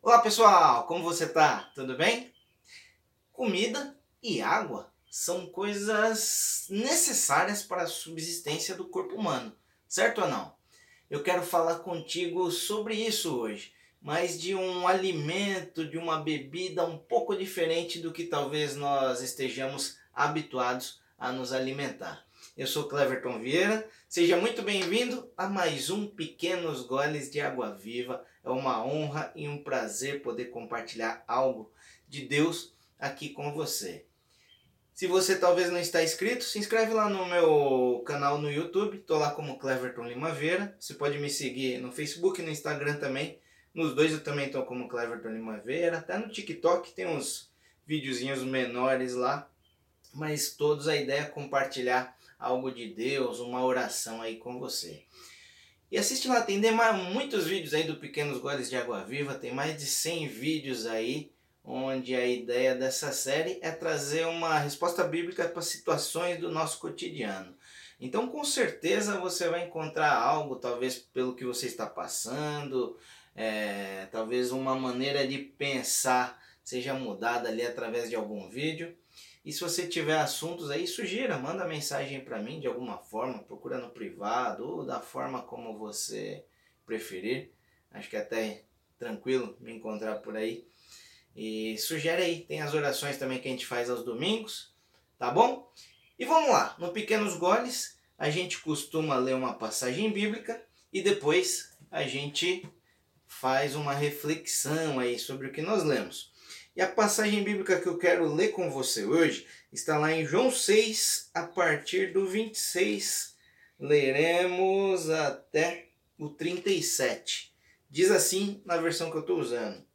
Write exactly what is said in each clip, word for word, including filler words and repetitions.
Olá pessoal, como você tá? Tudo bem? Comida e água são coisas necessárias para a subsistência do corpo humano, certo ou não? Eu quero falar contigo sobre isso hoje, mas de um alimento, de uma bebida um pouco diferente do que talvez nós estejamos habituados a nos alimentar. Eu sou Cleverton Vieira, seja muito bem-vindo a mais um Pequenos Goles de Água Viva. É uma honra e um prazer poder compartilhar algo de Deus aqui com você. Se você talvez não está inscrito, se inscreve lá no meu canal no YouTube, estou lá como Cleverton Limaveira. Você pode me seguir no Facebook e no Instagram também. Nos dois eu também estou como Cleverton Limaveira. Até no TikTok tem uns videozinhos menores lá, mas todos a ideia é compartilhar algo de Deus, uma oração aí com você. E assiste lá, tem muitos vídeos aí do Pequenos Goles de Água Viva, tem mais de cem vídeos aí, onde a ideia dessa série é trazer uma resposta bíblica para situações do nosso cotidiano. Então com certeza você vai encontrar algo, talvez pelo que você está passando, é, talvez uma maneira de pensar seja mudada ali através de algum vídeo. E se você tiver assuntos aí, sugira, manda mensagem para mim de alguma forma, procura no privado ou da forma como você preferir. Acho que é até tranquilo me encontrar por aí. E sugere aí, tem as orações também que a gente faz aos domingos, tá bom? E vamos lá, no Pequenos Goles a gente costuma ler uma passagem bíblica e depois a gente faz uma reflexão aí sobre o que nós lemos. E a passagem bíblica que eu quero ler com você hoje está lá em João seis, a partir do vinte e seis, leremos até o trinta e sete. Diz assim na versão que eu estou usando.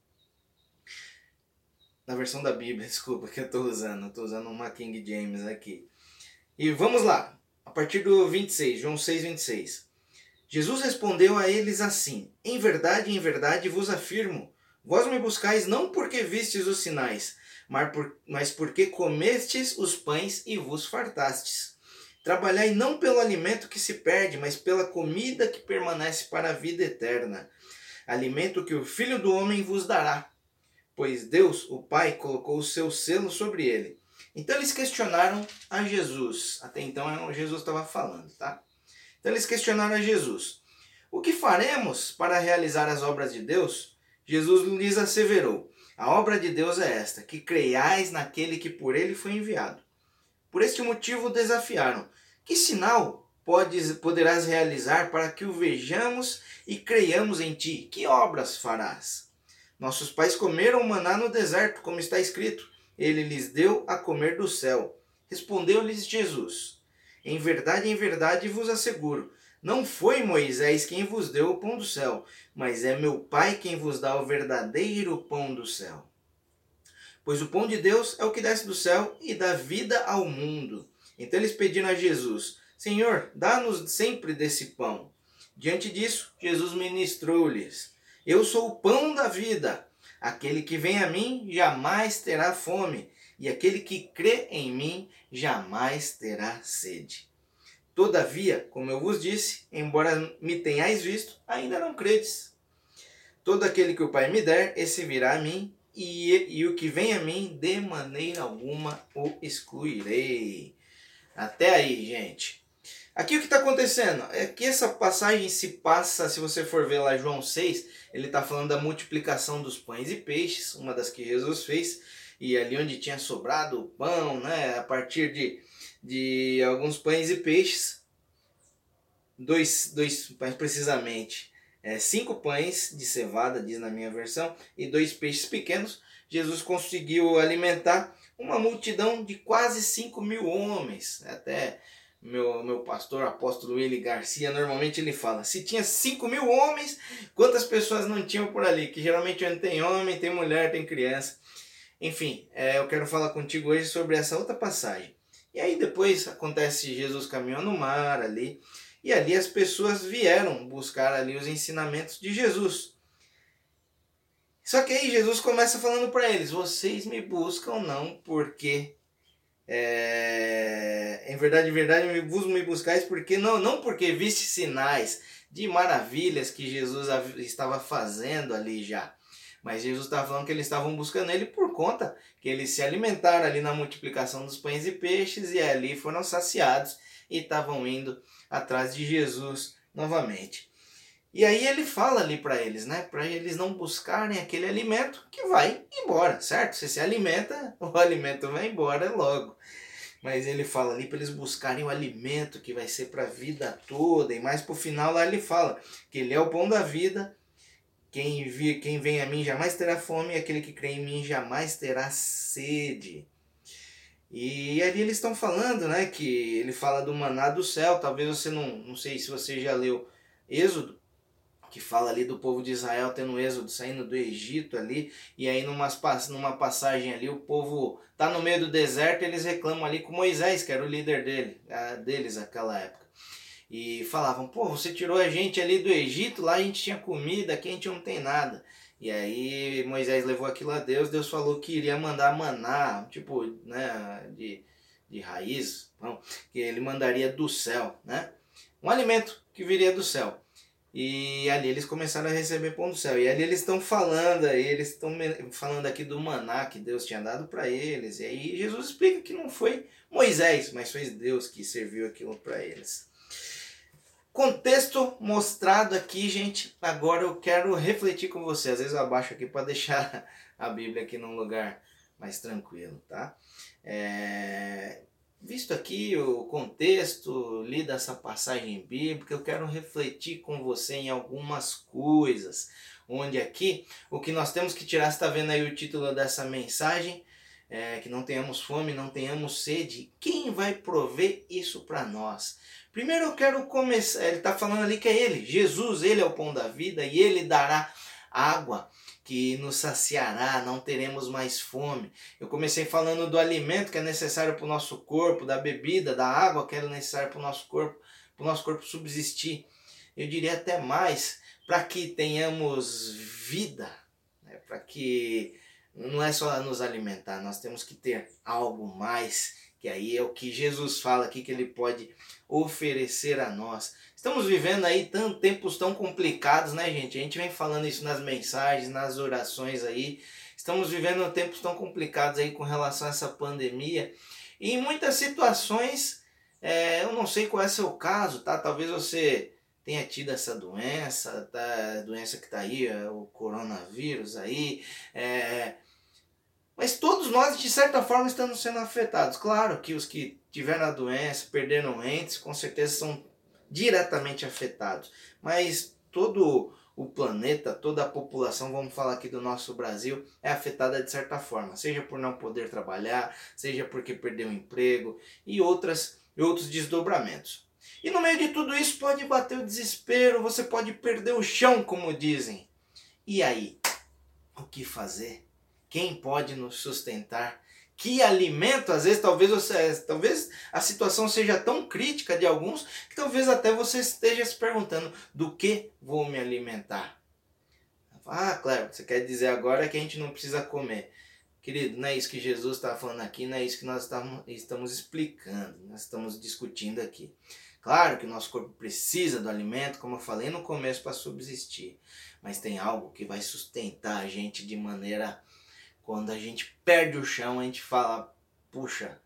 Na versão da Bíblia, desculpa, que eu estou usando. Eu estou usando uma King James aqui. E vamos lá, a partir do vinte e seis, João seis, vinte e seis. Jesus respondeu a eles assim: Em verdade, em verdade vos afirmo, vós me buscais não porque vistes os sinais, mas porque comestes os pães e vos fartastes. Trabalhai não pelo alimento que se perde, mas pela comida que permanece para a vida eterna. Alimento que o Filho do Homem vos dará, pois Deus, o Pai, colocou o seu selo sobre ele. Então eles questionaram a Jesus. Até então Jesus estava falando, tá? Então eles questionaram a Jesus: O que faremos para realizar as obras de Deus? Jesus lhes asseverou: A obra de Deus é esta, que creiais naquele que por ele foi enviado. Por este motivo o desafiaram: Que sinal podes, poderás realizar para que o vejamos e creiamos em ti? Que obras farás? Nossos pais comeram maná no deserto, como está escrito: Ele lhes deu a comer do céu. Respondeu-lhes Jesus: Em verdade, em verdade vos asseguro, não foi Moisés quem vos deu o pão do céu, mas é meu Pai quem vos dá o verdadeiro pão do céu. Pois o pão de Deus é o que desce do céu e dá vida ao mundo. Então eles pediram a Jesus: Senhor, dá-nos sempre desse pão. Diante disso, Jesus ministrou-lhes: Eu sou o pão da vida. Aquele que vem a mim jamais terá fome, e aquele que crê em mim jamais terá sede. Todavia, como eu vos disse, embora me tenhais visto, ainda não credes. Todo aquele que o Pai me der, esse virá a mim, e, e o que vem a mim, de maneira alguma o excluirei. Até aí, gente. Aqui o que está acontecendo é que essa passagem se passa, se você for ver lá João seis, ele está falando da multiplicação dos pães e peixes, uma das que Jesus fez, e ali onde tinha sobrado o pão, né, a partir de... de alguns pães e peixes, dois, dois mais precisamente, é, cinco pães de cevada, diz na minha versão, e dois peixes pequenos. Jesus conseguiu alimentar uma multidão de quase cinco mil homens. Até meu, meu pastor, apóstolo Willy Garcia, normalmente ele fala, se tinha cinco mil homens, quantas pessoas não tinham por ali? Que geralmente onde tem homem, tem mulher, tem criança. Enfim, é, eu quero falar contigo hoje sobre essa outra passagem. E aí depois acontece Jesus caminhou no mar ali, e ali as pessoas vieram buscar ali os ensinamentos de Jesus. Só que aí Jesus começa falando para eles: vocês me buscam não porque é, em verdade, em verdade vos me buscais porque não, não porque viste sinais de maravilhas que Jesus estava fazendo ali já, Mas Jesus estava falando que eles estavam buscando ele por conta que eles se alimentaram ali na multiplicação dos pães e peixes e ali foram saciados e estavam indo atrás de Jesus novamente. E aí ele fala ali para eles, né? Para eles não buscarem aquele alimento que vai embora, certo? Você se alimenta, o alimento vai embora logo. Mas ele fala ali para eles buscarem o alimento que vai ser para a vida toda. E mais pro final lá ele fala que ele é o pão da vida. Quem, vir, quem vem a mim jamais terá fome, e aquele que crê em mim jamais terá sede. E ali eles estão falando, né? Que ele fala do maná do céu. Talvez você não, não sei se você já leu Êxodo, que fala ali do povo de Israel tendo êxodo, saindo do Egito ali, e aí numa, numa passagem ali o povo tá no meio do deserto e eles reclamam ali com Moisés, que era o líder dele, deles naquela época. E falavam, pô, você tirou a gente ali do Egito, lá a gente tinha comida, aqui a gente não tem nada. E aí Moisés levou aquilo a Deus, Deus falou que iria mandar maná, tipo, né, de, de raiz, não, que ele mandaria do céu, né? Um alimento que viria do céu. E ali eles começaram a receber pão do céu. E ali eles estão falando, aí eles estão falando aqui do maná que Deus tinha dado para eles. E aí Jesus explica que não foi Moisés, mas foi Deus que serviu aquilo para eles. Contexto mostrado aqui, gente. Agora eu quero refletir com você. Às vezes eu abaixo aqui para deixar a Bíblia aqui num lugar mais tranquilo, tá? É... Visto aqui o contexto, lida essa passagem bíblica, eu quero refletir com você em algumas coisas. Onde aqui, o que nós temos que tirar, você está vendo aí o título dessa mensagem, é, que não tenhamos fome, não tenhamos sede. Quem vai prover isso para nós? Primeiro eu quero começar, ele está falando ali que é ele, Jesus, ele é o pão da vida e ele dará água que nos saciará, não teremos mais fome. Eu comecei falando do alimento que é necessário para o nosso corpo, da bebida, da água que é necessário para o nosso corpo, para o nosso corpo subsistir. Eu diria até mais, para que tenhamos vida, né? Para que não é só nos alimentar, nós temos que ter algo mais, que aí é o que Jesus fala aqui que ele pode oferecer a nós. Estamos vivendo aí tão, tempos tão complicados, né, gente? A gente vem falando isso nas mensagens, nas orações aí. Estamos vivendo tempos tão complicados aí com relação a essa pandemia. E em muitas situações, é, eu não sei qual é o seu caso, tá? Talvez você tenha tido essa doença, tá? A doença que tá aí, é o coronavírus aí. É... Mas todos nós, de certa forma, estamos sendo afetados. Claro que os que tiveram a doença, perderam entes, com certeza são diretamente afetados, mas todo o planeta, toda a população, vamos falar aqui do nosso Brasil, é afetada de certa forma, seja por não poder trabalhar, seja porque perdeu o emprego e outras, outros desdobramentos. E no meio de tudo isso pode bater o desespero, você pode perder o chão, como dizem. E aí, o que fazer? Quem pode nos sustentar? Que alimento? Às vezes talvez, você, talvez a situação seja tão crítica de alguns que talvez até você esteja se perguntando do que vou me alimentar. Ah, claro, você quer dizer agora que a gente não precisa comer. Querido, não é isso que Jesus está falando aqui, não é isso que nós estamos, estamos explicando, nós estamos discutindo aqui. Claro que o nosso corpo precisa do alimento, como eu falei no começo, para subsistir. Mas tem algo que vai sustentar a gente de maneira... Quando a gente perde o chão, a gente fala, puxa,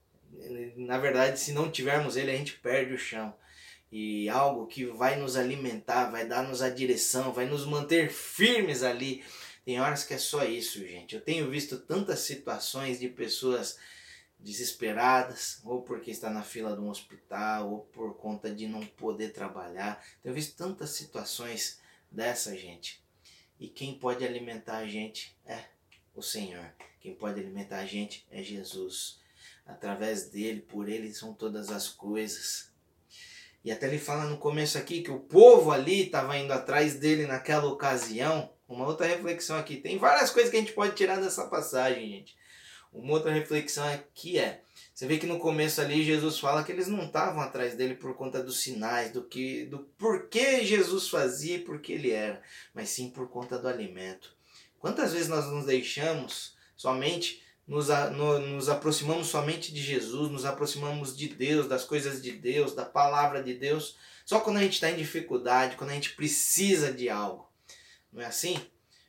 na verdade, se não tivermos ele, a gente perde o chão. E algo que vai nos alimentar, vai dar-nos a direção, vai nos manter firmes ali. Tem horas que é só isso, gente. Eu tenho visto tantas situações de pessoas desesperadas, ou porque está na fila de um hospital, ou por conta de não poder trabalhar. Tenho visto tantas situações dessa, gente. E quem pode alimentar a gente é o Senhor. Quem pode alimentar a gente é Jesus. Através dele, por ele são todas as coisas. E até ele fala no começo aqui que o povo ali estava indo atrás dele naquela ocasião. Uma outra reflexão aqui. Tem várias coisas que a gente pode tirar dessa passagem, gente. Uma outra reflexão aqui é... Você vê que no começo ali Jesus fala que eles não estavam atrás dele por conta dos sinais, do, que, do porquê Jesus fazia e por que ele era. Mas sim por conta do alimento. Quantas vezes nós nos deixamos somente, nos, no, nos aproximamos somente de Jesus, nos aproximamos de Deus, das coisas de Deus, da palavra de Deus, só quando a gente está em dificuldade, quando a gente precisa de algo. Não é assim?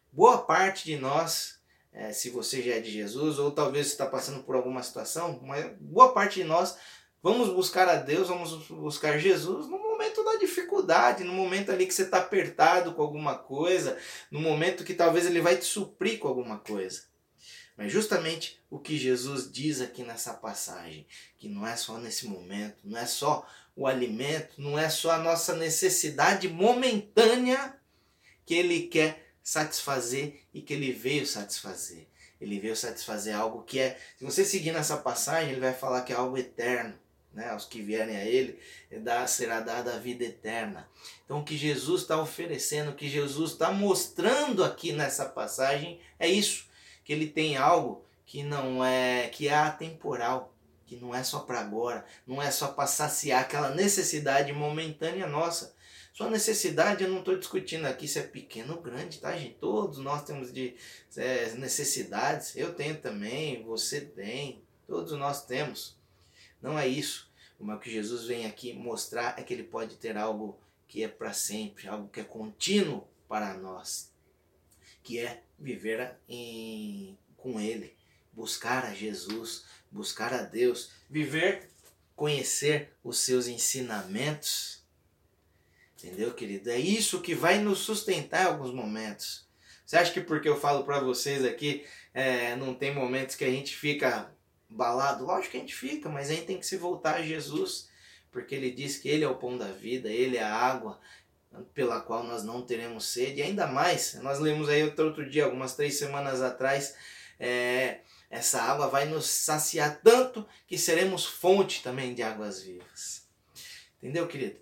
boa parte de nós, é, se você já é de Jesus, ou talvez você está passando por alguma situação, mas boa parte de nós vamos buscar a Deus, vamos buscar Jesus no momento da dificuldade, no momento ali que você está apertado com alguma coisa, no momento que talvez Ele vai te suprir com alguma coisa. Mas justamente o que Jesus diz aqui nessa passagem, que não é só nesse momento, não é só o alimento, não é só a nossa necessidade momentânea que Ele quer satisfazer e que Ele veio satisfazer. Ele veio satisfazer algo que é, se você seguir nessa passagem, Ele vai falar que é algo eterno. Né, aos que vierem a Ele, será dada a vida eterna. Então o que Jesus está oferecendo, o que Jesus está mostrando aqui nessa passagem é isso, que Ele tem algo que não é, que é atemporal, que não é só para agora, não é só para saciar aquela necessidade momentânea nossa. Sua necessidade, eu não estou discutindo aqui se é pequeno ou grande, tá, gente? Todos nós temos de, é, necessidades, eu tenho também, você tem, todos nós temos. Não é isso. O que Jesus vem aqui mostrar é que Ele pode ter algo que é para sempre, algo que é contínuo para nós, que é viver em, com Ele, buscar a Jesus, buscar a Deus, viver, conhecer os seus ensinamentos. Entendeu, querido? É isso que vai nos sustentar em alguns momentos. Você acha que porque eu falo para vocês aqui, é, não tem momentos que a gente fica balado? Lógico que a gente fica, mas a gente tem que se voltar a Jesus, porque Ele diz que Ele é o pão da vida, Ele é a água pela qual nós não teremos sede. E ainda mais, nós lemos aí outro, outro dia, algumas três semanas atrás, é, essa água vai nos saciar tanto que seremos fonte também de águas vivas. Entendeu, querido?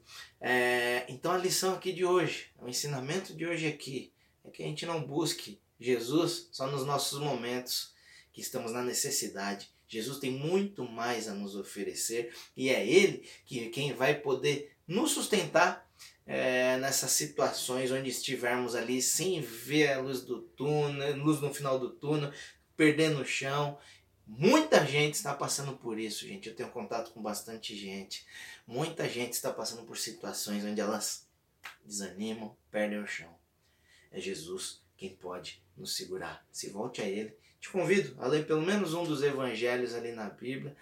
É, então a lição aqui de hoje, o ensinamento de hoje aqui, é que a gente não busque Jesus só nos nossos momentos que estamos na necessidade. Jesus tem muito mais a nos oferecer e é Ele que quem vai poder nos sustentar é, nessas situações onde estivermos ali sem ver a luz do túnel, luz no final do túnel, perdendo o chão. Muita gente está passando por isso, gente. Eu tenho contato com bastante gente. Muita gente está passando por situações onde elas desanimam, perdem o chão. É Jesus quem pode nos segurar. Se volte a Ele. Te convido a ler pelo menos um dos evangelhos ali na Bíblia,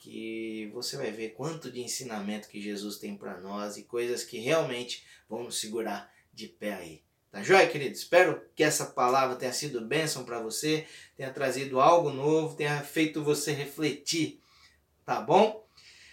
que você vai ver quanto de ensinamento que Jesus tem para nós e coisas que realmente vão nos segurar de pé aí. Tá joia, querido? Espero que essa palavra tenha sido bênção para você, tenha trazido algo novo, tenha feito você refletir, tá bom?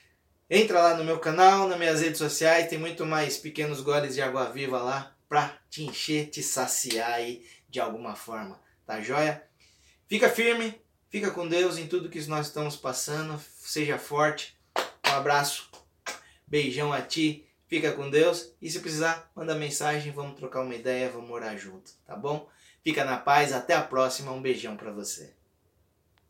Entra lá no meu canal, nas minhas redes sociais, tem muito mais pequenos goles de água viva lá para te encher, te saciar aí de alguma forma, tá joia? Fica firme, fica com Deus em tudo que nós estamos passando, seja forte, um abraço, beijão a ti, fica com Deus e se precisar, manda mensagem, vamos trocar uma ideia, vamos orar junto, tá bom? Fica na paz, até a próxima, um beijão para você.